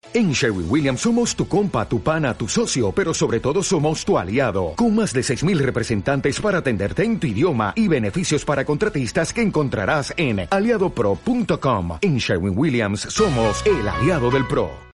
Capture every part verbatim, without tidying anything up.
En Sherwin-Williams somos tu compa, tu pana, tu socio, pero sobre todo somos tu aliado, con más de seis mil representantes para atenderte en tu idioma y beneficios para contratistas que encontrarás en aliado pro punto com. En Sherwin-Williams somos el aliado del pro.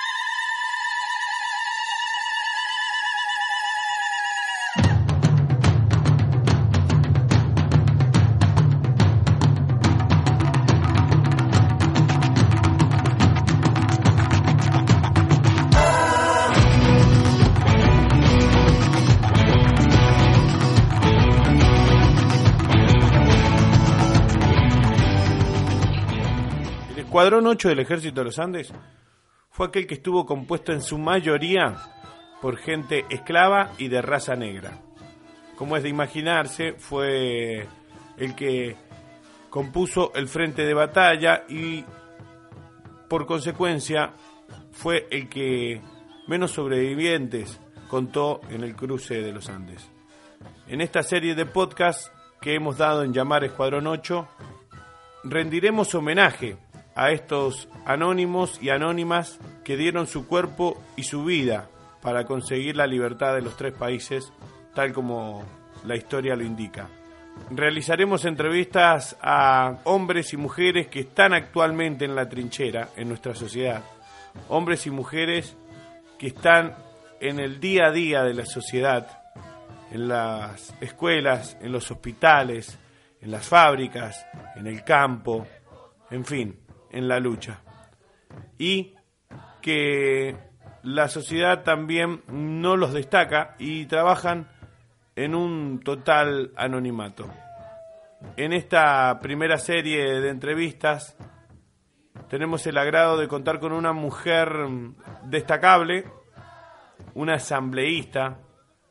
El Escuadrón ocho del Ejército de los Andes fue aquel que estuvo compuesto en su mayoría por gente esclava y de raza negra. Como es de imaginarse, fue el que compuso el frente de batalla y, por consecuencia, fue el que menos sobrevivientes contó en el cruce de los Andes. En esta serie de podcasts que hemos dado en llamar Escuadrón ocho, rendiremos homenaje a estos anónimos y anónimas que dieron su cuerpo y su vida para conseguir la libertad de los tres países, tal como la historia lo indica. Realizaremos entrevistas a hombres y mujeres que están actualmente en la trinchera en nuestra sociedad, hombres y mujeres que están en el día a día de la sociedad, en las escuelas, en los hospitales, en las fábricas, en el campo, en fin, en la lucha, y que la sociedad también no los destaca y trabajan en un total anonimato. En esta primera serie de entrevistas tenemos el agrado de contar con una mujer destacable, una asambleísta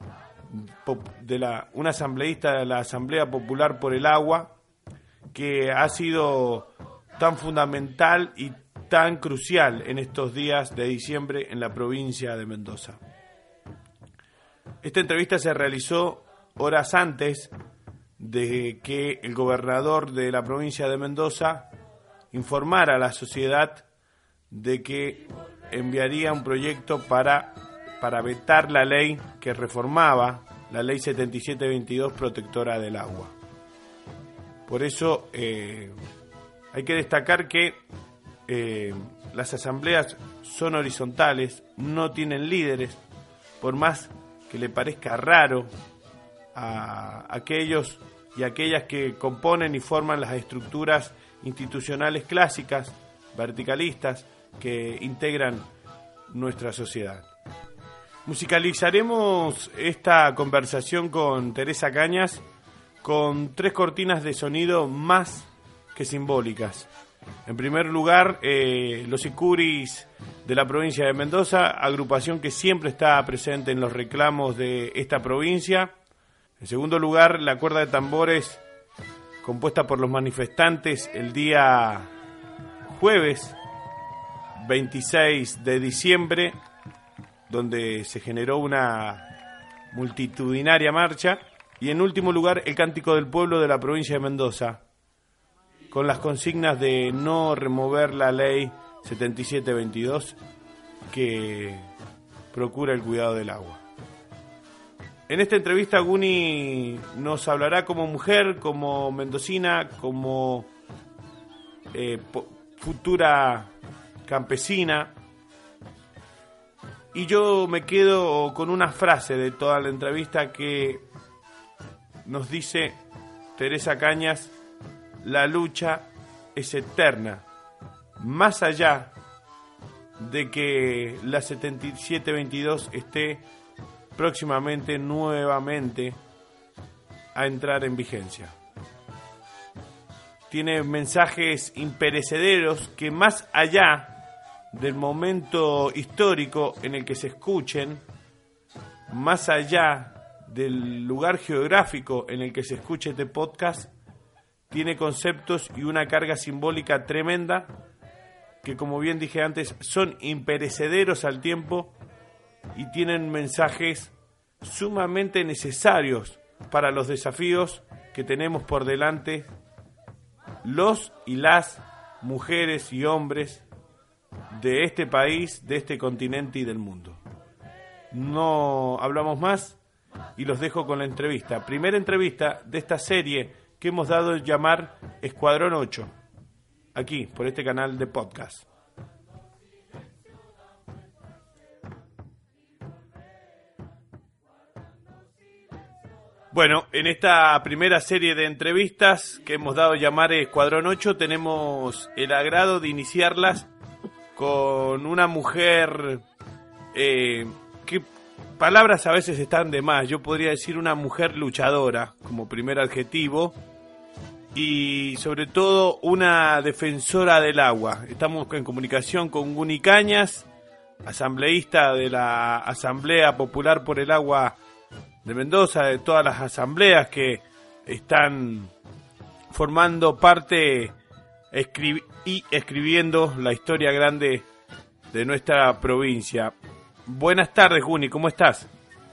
de la, una asambleísta de la Asamblea Popular por el Agua, que ha sido tan fundamental y tan crucial en estos días de diciembre en la provincia de Mendoza. Esta entrevista se realizó horas antes de que el gobernador de la provincia de Mendoza informara a la sociedad de que enviaría un proyecto para, para vetar la ley que reformaba la ley setenta y siete veintidós protectora del agua. Por eso eh, hay que destacar que eh, las asambleas son horizontales, no tienen líderes, por más que le parezca raro a aquellos y aquellas que componen y forman las estructuras institucionales clásicas, verticalistas, que integran nuestra sociedad. Musicalizaremos esta conversación con Teresa Cañas con tres cortinas de sonido más que simbólicas. En primer lugar, eh, los Sicuris de la provincia de Mendoza, agrupación que siempre está presente en los reclamos de esta provincia. En segundo lugar, la cuerda de tambores compuesta por los manifestantes el día jueves veintiséis de diciembre, donde se generó una multitudinaria marcha. Y en último lugar, el Cántico del Pueblo de la provincia de Mendoza, con las consignas de no remover la ley setenta y siete veintidós que procura el cuidado del agua. En esta entrevista Guni nos hablará como mujer, como mendocina, como eh, po- futura campesina. Y yo me quedo con una frase de toda la entrevista que nos dice Teresa Cañas: la lucha es eterna, más allá de que la setenta y siete veintidós esté próximamente nuevamente a entrar en vigencia. Tiene mensajes imperecederos que, más allá del momento histórico en el que se escuchen, más allá del lugar geográfico en el que se escuche este podcast, tiene conceptos y una carga simbólica tremenda que, como bien dije antes, son imperecederos al tiempo y tienen mensajes sumamente necesarios para los desafíos que tenemos por delante los y las mujeres y hombres de este país, de este continente y del mundo. No hablamos más y los dejo con la entrevista. Primera entrevista de esta serie que hemos dado a llamar Escuadrón ocho, aquí, por este canal de podcast. Bueno, en esta primera serie de entrevistas que hemos dado a llamar Escuadrón ocho, tenemos el agrado de iniciarlas con una mujer eh, que palabras a veces están de más. Yo podría decir una mujer luchadora como primer adjetivo y sobre todo una defensora del agua. Estamos en comunicación con Guni Cañas, asambleísta de la Asamblea Popular por el Agua de Mendoza, de todas las asambleas que están formando parte escri- y escribiendo la historia grande de nuestra provincia. Buenas tardes, Guni, ¿cómo estás?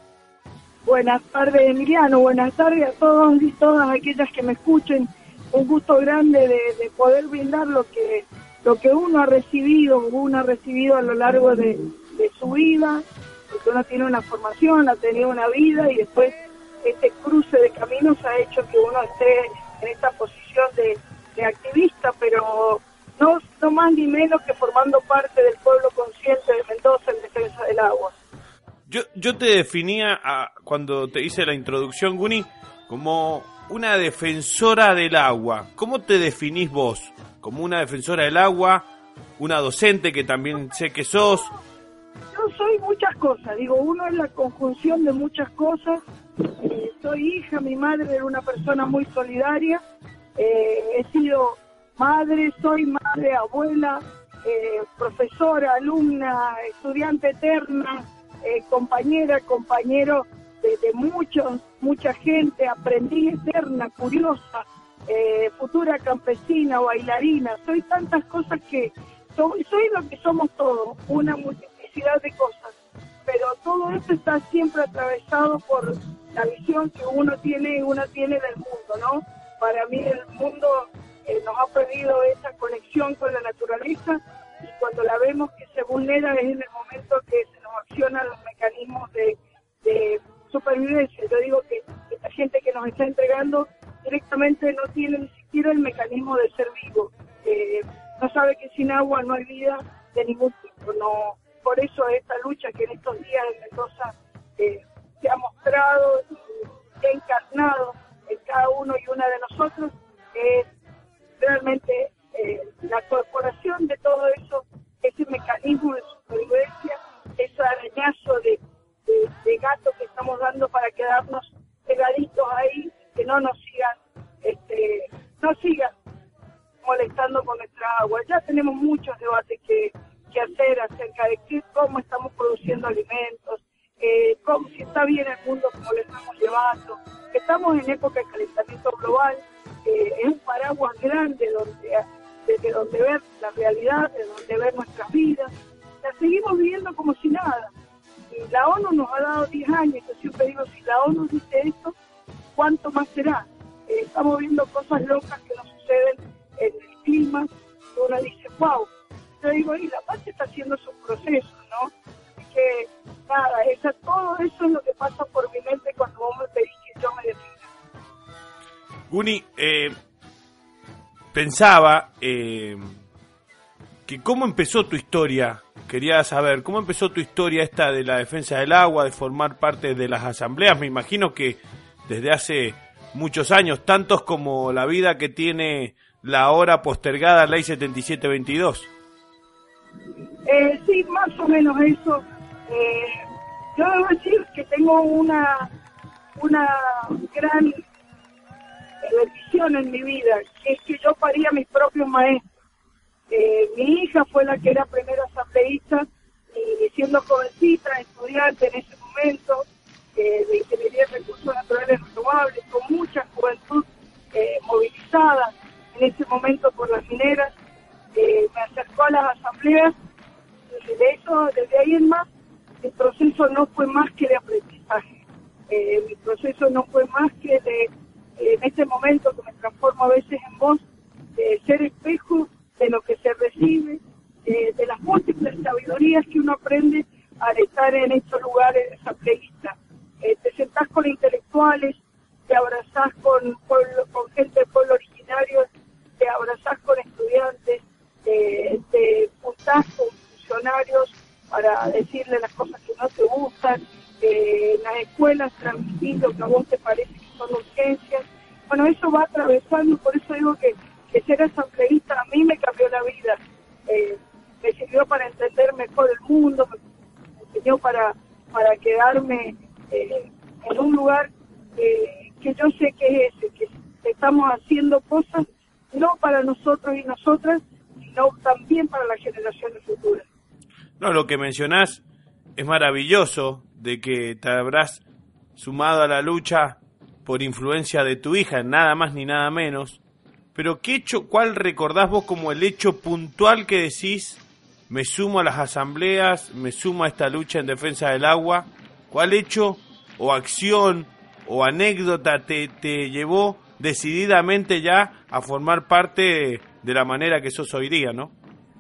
Buenas tardes, Emiliano, buenas tardes a todos y todas aquellas que me escuchen. Un gusto grande de, de poder brindar lo que lo que uno ha recibido, uno ha recibido a lo largo de, de su vida, porque uno tiene una formación, ha tenido una vida y después este cruce de caminos ha hecho que uno esté en esta posición de, de activista, pero no, no más ni menos que formando parte del pueblo consciente de Mendoza en defensa del agua. Yo, yo te definía, a, cuando te hice la introducción, Guni, como una defensora del agua. ¿Cómo te definís vos? ¿Como una defensora del agua? ¿Una docente que también sé que sos? Yo soy muchas cosas, digo, uno es la conjunción de muchas cosas. Eh, soy hija, mi madre era una persona muy solidaria, eh, he sido madre, soy madre, abuela, eh, profesora, alumna, estudiante eterna, eh, compañera, compañero de, de muchos, mucha gente, aprendiz eterna, curiosa, eh, futura campesina, bailarina, soy tantas cosas que soy, soy lo que somos todos, una multiplicidad de cosas, pero todo esto está siempre atravesado por la visión que uno tiene, uno tiene del mundo, ¿no? Para mí el mundo eh, nos ha perdido esa conexión con la naturaleza y cuando la vemos que se vulnera es en el momento que se nos accionan los mecanismos de, de supervivencia. Yo digo que esta gente que nos está entregando directamente no tiene ni siquiera el mecanismo de ser vivo. Eh, no sabe que sin agua no hay vida de ningún tipo. No, por eso esta lucha que en estos días en Mendoza eh, se ha mostrado y se ha encarnado en cada uno y una de nosotros es realmente eh, la corporación de todo eso, ese mecanismo de supervivencia, ese arañazo de, de, de gato que estamos dando para quedarnos pegaditos ahí, que no nos sigan, este, no sigan molestando con nuestra agua. Ya tenemos muchos debates que, que hacer acerca de qué, cómo estamos produciendo alimentos, eh, cómo, si está bien el mundo como lo estamos llevando. Estamos en época de calentamiento global, eh, es un paraguas grande donde, desde donde ver la realidad, de donde ver nuestras vidas. La seguimos viviendo como si nada. Y la ONU nos ha dado diez años, yo siempre digo, si la ONU dice esto, ¿cuánto más será? Eh, estamos viendo cosas locas que nos suceden en el clima, y uno dice, wow. Yo digo, y la paz está haciendo su proceso, ¿no? Así que, nada, esa, todo eso es lo que pasa por mi mente cuando vos me pedís que yo me defina. Guni, eh, pensaba eh, que cómo empezó tu historia, quería saber, cómo empezó tu historia esta de la defensa del agua, de formar parte de las asambleas. Me imagino que desde hace muchos años, tantos como la vida que tiene la ahora postergada Ley setenta y siete veintidós. Eh, sí, más o menos eso. Eh, yo debo decir que tengo una, una gran bendición en mi vida, que es que yo parí a mis propios maestros. Eh, mi hija fue la que era primera asambleísta y siendo jovencita, estudiante en ese momento, eh, de Ingeniería de Recursos Naturales Renovables, con mucha juventud eh, movilizada en ese momento por las mineras, eh, me acercó a las asambleas y de eso, desde ahí en más, el proceso no fue más que de aprendizaje. Eh, mi proceso no fue más que de, eh, en este momento que me transformo a veces en voz, de ser espejo de lo que se recibe, eh, de las múltiples sabidurías que uno aprende al estar en estos lugares asambleístas. Eh, te sentás con intelectuales, te abrazás con, pueblo, con gente de pueblo originario, te abrazás con estudiantes, eh, te juntás con funcionarios para decirle las cosas que no te gustan, eh, en las escuelas transmitís lo que a vos te parece que son urgencias. Bueno, eso va atravesando, por eso digo que, que ser asambleísta a mí me cambió la vida, eh, me sirvió para entender mejor el mundo, me, me enseñó para, para quedarme eh, en un lugar eh, que yo sé que es ese, que estamos haciendo cosas no para nosotros y nosotras, sino también para las generaciones futuras. No, lo que mencionás es maravilloso, de que te habrás sumado a la lucha por influencia de tu hija, nada más ni nada menos. Pero ¿qué hecho, cuál recordás vos como el hecho puntual que decís, me sumo a las asambleas, me sumo a esta lucha en defensa del agua? ¿Cuál hecho o acción o anécdota te, te llevó decididamente ya a formar parte de la manera que sos hoy día, no?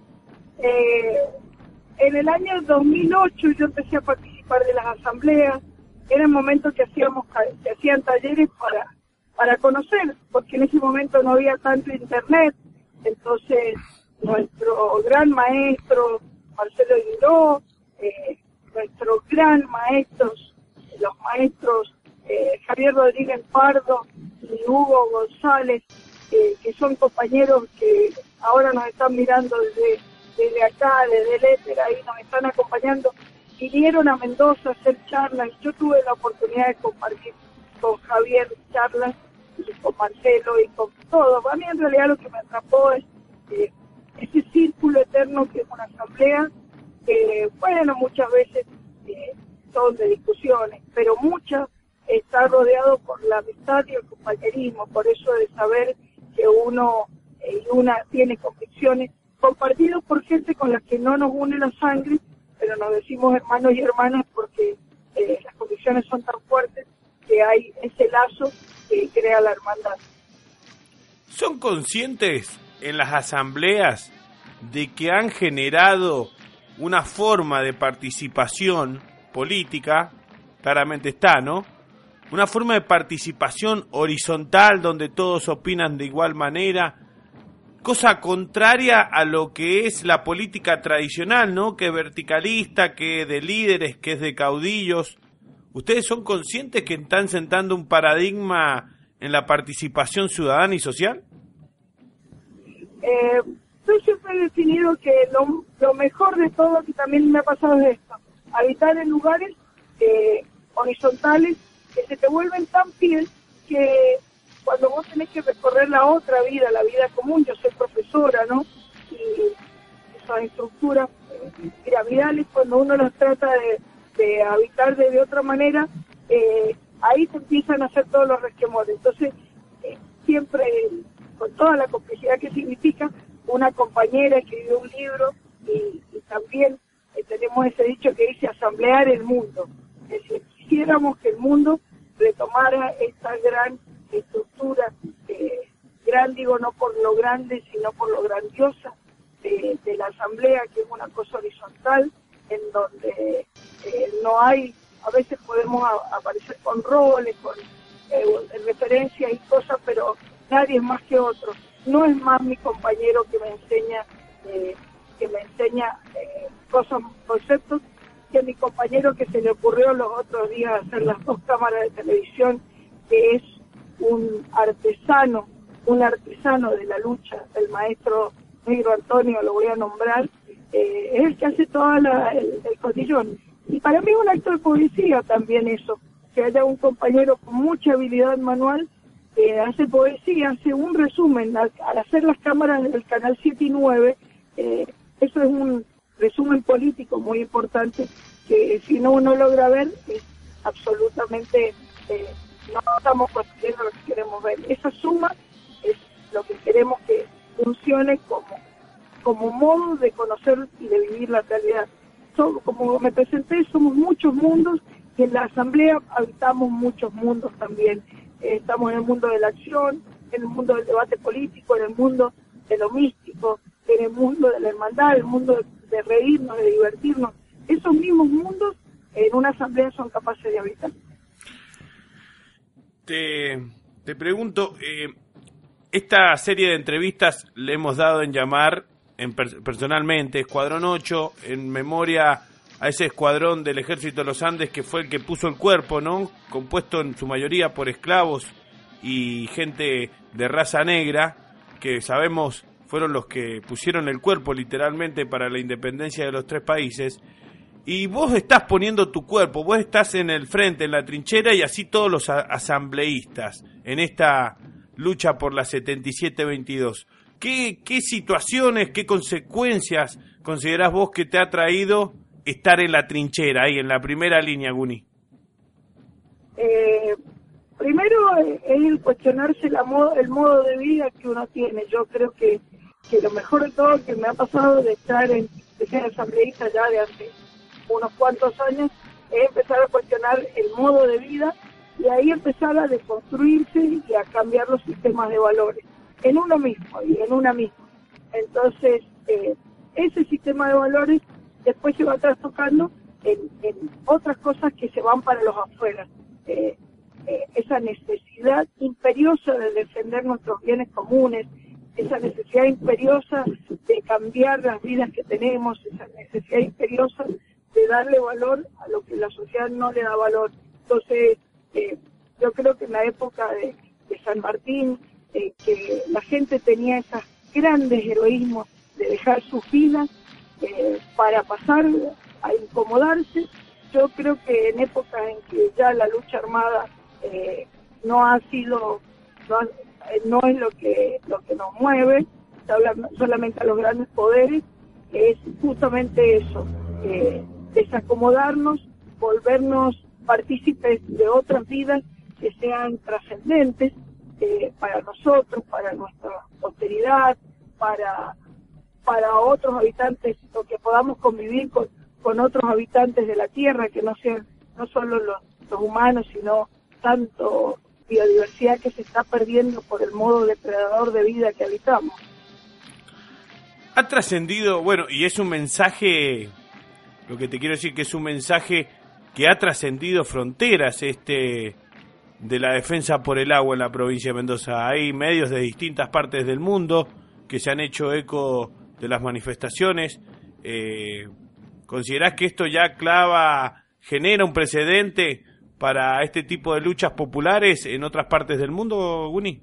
Eh, en el año dos mil ocho yo empecé a participar de las asambleas. Era el momento que hacíamos que hacían talleres para para conocer, porque en ese momento no había tanto internet. Entonces nuestro gran maestro Marcelo Guiró, eh, nuestros gran maestros, los maestros eh, Javier Rodríguez Pardo y Hugo González, eh, que son compañeros que ahora nos están mirando desde, desde acá, desde el éter, ahí nos están acompañando, vinieron a Mendoza a hacer charlas. Yo tuve la oportunidad de compartir con Javier charlas y con Marcelo y con todos. A mí en realidad lo que me atrapó es eh, ese círculo eterno que es una asamblea, que bueno, muchas veces eh, son de discusiones, pero muchas está rodeado por la amistad y el compañerismo, por eso de saber que uno y eh, una tiene convicciones compartidos por gente con la que no nos une la sangre, pero nos decimos hermanos y hermanas porque eh, las convicciones son tan fuertes que hay ese lazo que crea la hermandad. ¿Son conscientes en las asambleas de que han generado una forma de participación política? Claramente está, ¿no? Una forma de participación horizontal donde todos opinan de igual manera, cosa contraria a lo que es la política tradicional, ¿no? Que es verticalista, que es de líderes, que es de caudillos. ¿Ustedes son conscientes que están sentando un paradigma en la participación ciudadana y social? Eh, yo siempre he definido que lo, lo mejor de todo, que también me ha pasado, es esto: habitar en lugares eh, horizontales que se te vuelven tan fiel que cuando vos tenés que recorrer la otra vida, la vida común, yo soy profesora, ¿no? Y esas estructuras eh, piramidales, cuando uno las trata de, de habitar de, de otra manera, eh, ahí se empiezan a hacer todos los resquemores. Entonces, eh, siempre, con toda la complejidad que significa, una compañera escribió un libro y, y también eh, tenemos ese dicho que dice asamblear el mundo. Es decir, quisiéramos que el mundo retomara esta gran estructura, eh, gran digo no por lo grande, sino por lo grandiosa de, de la asamblea, que es una cosa horizontal, en donde eh, no hay, a veces podemos a, aparecer con roles, con eh, referencias y cosas, pero nadie es más que otro. No es más mi compañero que me enseña, eh, que me enseña eh, cosas, conceptos, que mi compañero que se le ocurrió los otros días hacer las dos cámaras de televisión, que es un artesano, un artesano de la lucha, el maestro Negro Antonio, lo voy a nombrar, eh, es el que hace todo el, el cotillón. Y para mí es un acto de poesía también eso, que haya un compañero con mucha habilidad manual que hace poesía, hace un resumen. Al, al hacer las cámaras del canal siete y nueve, eh, eso es un resumen político muy importante, que si no uno logra ver, es absolutamente, eh, no estamos consiguiendo lo que queremos ver. Esa suma es lo que queremos que funcione como, como modo de conocer y de vivir la realidad. So, como me presenté, somos muchos mundos, y en la asamblea habitamos muchos mundos también. Eh, estamos en el mundo de la acción, en el mundo del debate político, en el mundo de lo místico, en el mundo de la hermandad, el mundo de, de reírnos, de divertirnos. Esos mismos mundos en una asamblea son capaces de habitar. Te, te pregunto, eh, esta serie de entrevistas le hemos dado en llamar en per, personalmente Escuadrón ocho, en memoria a ese escuadrón del Ejército de los Andes que fue el que puso el cuerpo, ¿no? Compuesto en su mayoría por esclavos y gente de raza negra, que sabemos fueron los que pusieron el cuerpo literalmente para la independencia de los tres países. Y vos estás poniendo tu cuerpo, vos estás en el frente, en la trinchera, y así todos los a- asambleístas en esta lucha por la setenta y siete veintidós. ¿Qué, qué situaciones, qué consecuencias considerás vos que te ha traído estar en la trinchera, ahí en la primera línea, Guni? Eh, primero eh, es el cuestionarse la modo, el modo de vida que uno tiene. Yo creo que, que lo mejor de todo que me ha pasado de estar en, de ser asambleísta ya de hace unos cuantos años es empezar a cuestionar el modo de vida y ahí empezar a deconstruirse y a cambiar los sistemas de valores en uno mismo y en una misma. Entonces, eh, ese sistema de valores después se va trastocando en, en otras cosas que se van para los afuera. Eh, eh, esa necesidad imperiosa de defender nuestros bienes comunes, esa necesidad imperiosa de cambiar las vidas que tenemos, esa necesidad imperiosa de darle valor a lo que la sociedad no le da valor. Entonces, eh, yo creo que en la época de, de San Martín, eh, que la gente tenía esos grandes heroísmos de dejar sus vidas eh, para pasar a incomodarse. Yo creo que en épocas en que ya la lucha armada eh, no ha sido, no, ha, no es lo que lo que nos mueve, se habla solamente a los grandes poderes, es justamente eso, eh, desacomodarnos, volvernos partícipes de otras vidas que sean trascendentes eh, para nosotros, para nuestra posteridad, para para otros habitantes, o que podamos convivir con, con otros habitantes de la Tierra, que no sean no solo los, los humanos, sino tanto biodiversidad que se está perdiendo por el modo depredador de vida que habitamos. Ha trascendido, bueno, y es un mensaje, lo que te quiero decir que es un mensaje que ha trascendido fronteras, este de la defensa por el agua en la provincia de Mendoza. Hay medios de distintas partes del mundo que se han hecho eco de las manifestaciones. Eh, ¿Considerás que esto ya clava, genera un precedente para este tipo de luchas populares en otras partes del mundo, Guni?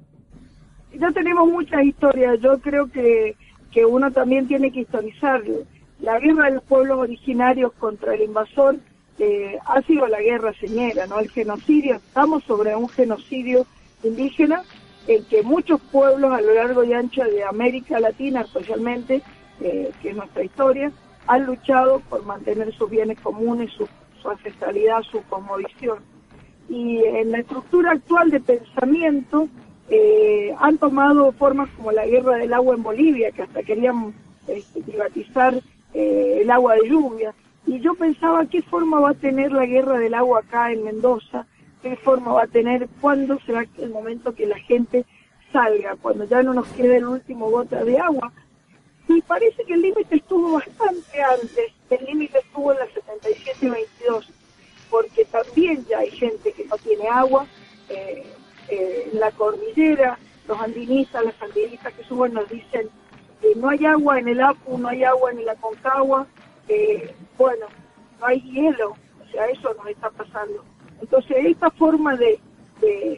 Ya tenemos muchas historias. Yo creo que, que uno también tiene que historizar. La guerra de los pueblos originarios contra el invasor eh, ha sido la guerra señera, ¿no? El genocidio. Estamos sobre un genocidio indígena en que muchos pueblos a lo largo y ancho de América Latina, especialmente, eh, que es nuestra historia, han luchado por mantener sus bienes comunes, su, su ancestralidad, su cosmovisión. Y en la estructura actual de pensamiento eh, han tomado formas como la guerra del agua en Bolivia, que hasta querían este, privatizar eh, el agua de lluvia. Y yo pensaba, ¿qué forma va a tener la guerra del agua acá en Mendoza? ¿Qué forma va a tener? ¿Cuándo será el momento que la gente salga? Cuando ya no nos quede el último gota de agua. Y parece que el límite estuvo bastante antes. El límite estuvo en la setenta y siete veintidós, porque también ya hay gente que no tiene agua. Eh, eh, en la cordillera, los andinistas, las andinistas que suben nos dicen que no hay agua en el Apu, no hay agua en el Aconcagua. Eh, bueno, no hay hielo. O sea, eso nos está pasando. Entonces, esta forma de, de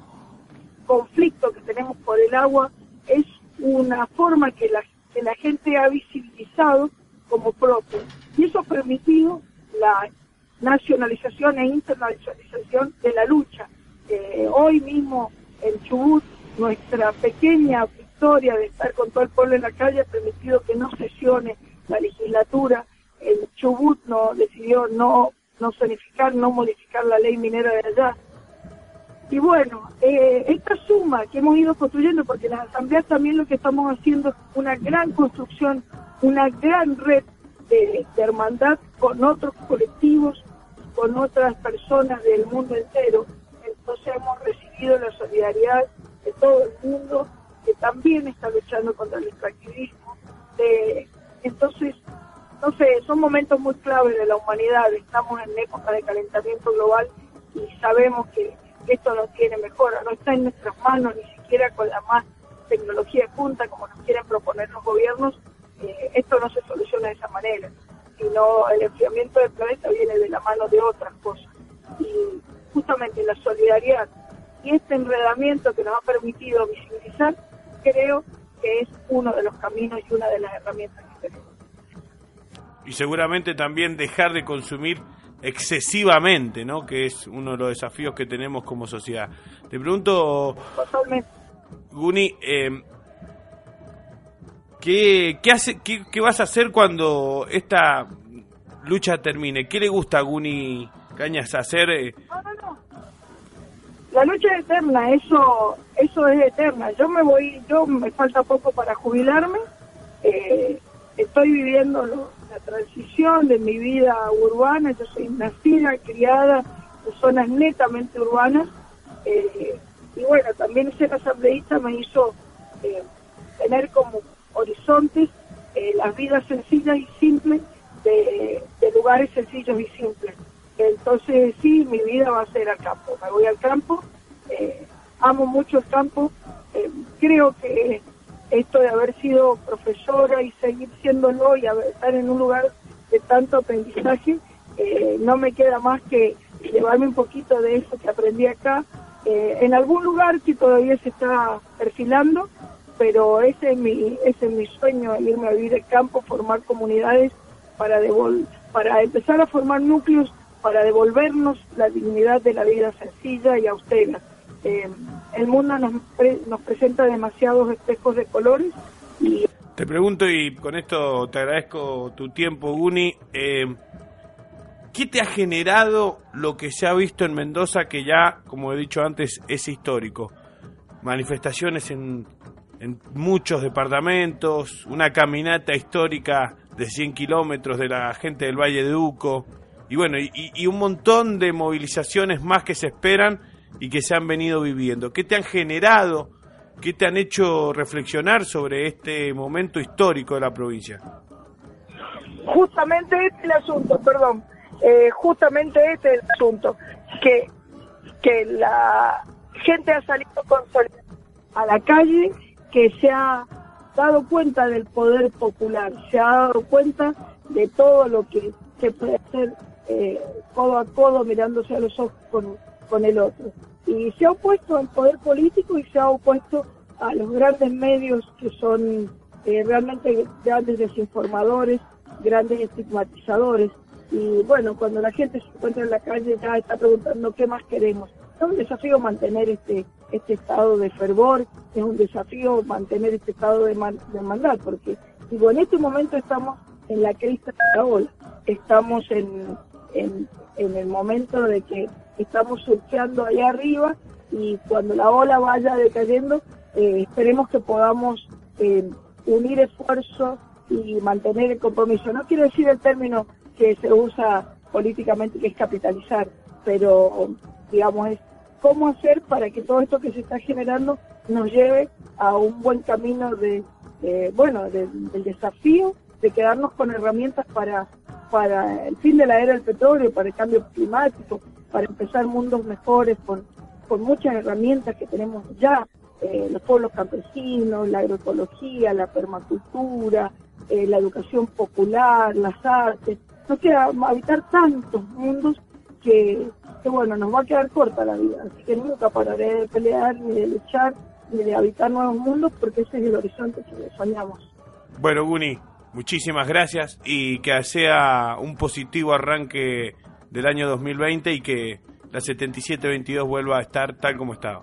conflicto que tenemos por el agua es una forma que la, que la gente ha visibilizado como propia. Y eso ha permitido la nacionalización e internacionalización de la lucha. Eh, hoy mismo en Chubut, nuestra pequeña victoria de estar con todo el pueblo en la calle ha permitido que no sesione la legislatura. El Chubut no decidió no no zonificar, no modificar la ley minera de allá. Y bueno, eh, esta suma que hemos ido construyendo, porque las asambleas también lo que estamos haciendo es una gran construcción, una gran red de, de hermandad con otros colectivos, con otras personas del mundo entero. Entonces hemos recibido la solidaridad de todo el mundo, que también está luchando contra el extractivismo, De, entonces, no sé, son momentos muy claves de la humanidad. Estamos en época de calentamiento global y sabemos que esto no tiene mejora, no está en nuestras manos, ni siquiera con la más tecnología de punta como nos quieren proponer los gobiernos. Eh, esto no se soluciona de esa manera, sino el enfriamiento del planeta viene de la mano de otras cosas. Y justamente la solidaridad y este enredamiento que nos ha permitido visibilizar, creo que es uno de los caminos y una de las herramientas que tenemos. Y seguramente también dejar de consumir excesivamente, ¿no? Que es uno de los desafíos que tenemos como sociedad. Te pregunto, Totalmente. Guni, eh, ¿qué, qué, hace, qué, ¿qué vas a hacer cuando esta lucha termine? ¿Qué le gusta a Guni Cañas hacer? Eh? No, no, no. La lucha es eterna, eso, eso es eterna. Yo me voy, yo me falta poco para jubilarme. Eh, estoy viviendo lo, la transición de mi vida urbana. Yo soy nacida, criada en zonas netamente urbanas. Eh, y bueno, también ser asambleísta me hizo eh, tener como horizontes eh, las vidas sencillas y simples de, de lugares sencillos y simples. Entonces sí, mi vida va a ser al campo. Me voy al campo, eh, amo mucho el campo. Eh, creo que esto de haber sido profesora y seguir siéndolo y haber, estar en un lugar de tanto aprendizaje, eh, no me queda más que llevarme un poquito de eso que aprendí acá, eh, en algún lugar que todavía se está perfilando, pero ese es mi, ese es mi sueño, irme a vivir al campo, formar comunidades para devol- para empezar a formar núcleos para devolvernos la dignidad de la vida sencilla y austera. Eh, el mundo nos, pre- nos presenta demasiados espejos de colores y... Te pregunto, y con esto te agradezco tu tiempo, Guni, eh, ¿qué te ha generado lo que se ha visto en Mendoza, que ya, como he dicho antes, es histórico? Manifestaciones en, en muchos departamentos, una caminata histórica de cien kilómetros de la gente del Valle de Uco, y bueno, y, y un montón de movilizaciones más que se esperan y que se han venido viviendo. ¿Qué te han generado? ¿Qué te han hecho reflexionar sobre este momento histórico de la provincia? Justamente este es el asunto, perdón, eh, justamente este es el asunto, que, que la gente ha salido con solidaridad a la calle, que se ha dado cuenta del poder popular, se ha dado cuenta de todo lo que se puede hacer eh, codo a codo, mirándose a los ojos con, con el otro. Y se ha opuesto al poder político y se ha opuesto a los grandes medios que son eh, realmente grandes desinformadores, grandes estigmatizadores. Y bueno, cuando la gente se encuentra en la calle ya está preguntando qué más queremos. Es un desafío mantener este este estado de fervor, es un desafío mantener este estado de, man, de maldad, porque digo, en este momento estamos en la crista de la ola, estamos en, en, en el momento de que estamos surfeando allá arriba, y cuando la ola vaya decayendo, eh, esperemos que podamos eh, unir esfuerzos y mantener el compromiso. No quiero decir el término que se usa políticamente, que es capitalizar, pero digamos es cómo hacer para que todo esto que se está generando nos lleve a un buen camino de, de bueno, de, del desafío de quedarnos con herramientas para para el fin de la era del petróleo, para el cambio climático, para empezar mundos mejores con, con muchas herramientas que tenemos ya, eh, los pueblos campesinos, la agroecología, la permacultura, eh, la educación popular, las artes. No queda habitar tantos mundos que, que, bueno, nos va a quedar corta la vida. Así que nunca pararé de pelear, ni de luchar, ni de habitar nuevos mundos, porque ese es el horizonte que soñamos. Bueno, Guni, muchísimas gracias, y que sea un positivo arranque del año dos mil veinte y que la setenta y siete veintidós vuelva a estar tal como estaba.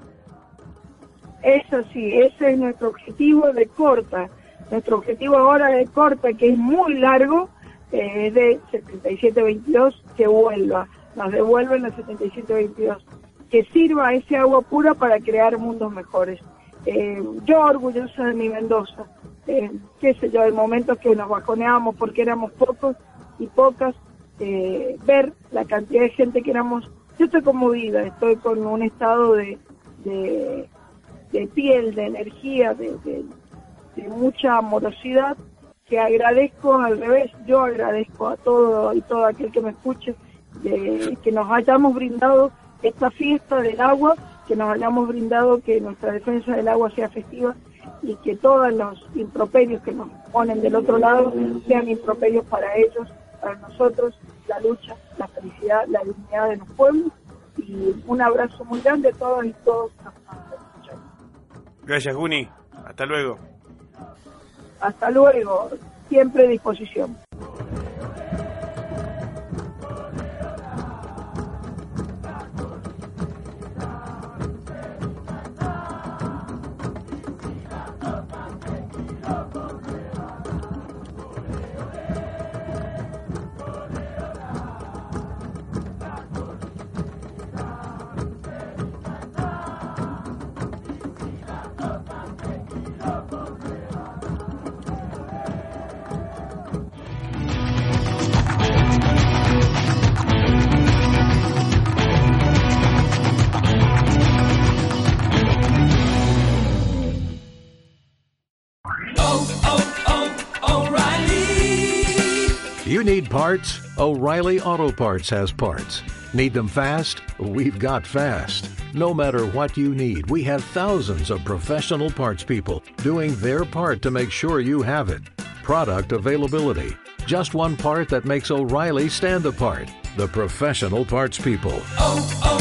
Eso sí, ese es nuestro objetivo de corta. Nuestro objetivo ahora de corta, que es muy largo, eh, es de setenta y siete veintidós, que vuelva, nos devuelven la setenta y siete veintidós, que sirva ese agua pura para crear mundos mejores. Eh, yo orgullosa de mi Mendoza, eh, qué sé yo, el momento que nos bajoneábamos porque éramos pocos y pocas, eh, ver la cantidad de gente que éramos. Yo estoy conmovida, estoy con un estado de, de, de piel, de energía, de, de, de mucha amorosidad, que que agradezco al revés, yo agradezco a todo y todo aquel que me escuche, de, que nos hayamos brindado esta fiesta del agua, que nos hayamos brindado que nuestra defensa del agua sea festiva y que todos los improperios que nos ponen del otro lado sean improperios para ellos, para nosotros, la lucha, la felicidad, la dignidad de los pueblos, y un abrazo muy grande a todos y todos. Gracias, Juni. Hasta luego. Hasta luego. Siempre a disposición. You need parts? O'Reilly Auto Parts has parts. Need them fast? We've got fast. No matter what you need, we have thousands of professional parts people doing their part to make sure you have it. Product availability. Just one part that makes O'Reilly stand apart. The professional parts people. Oh, oh.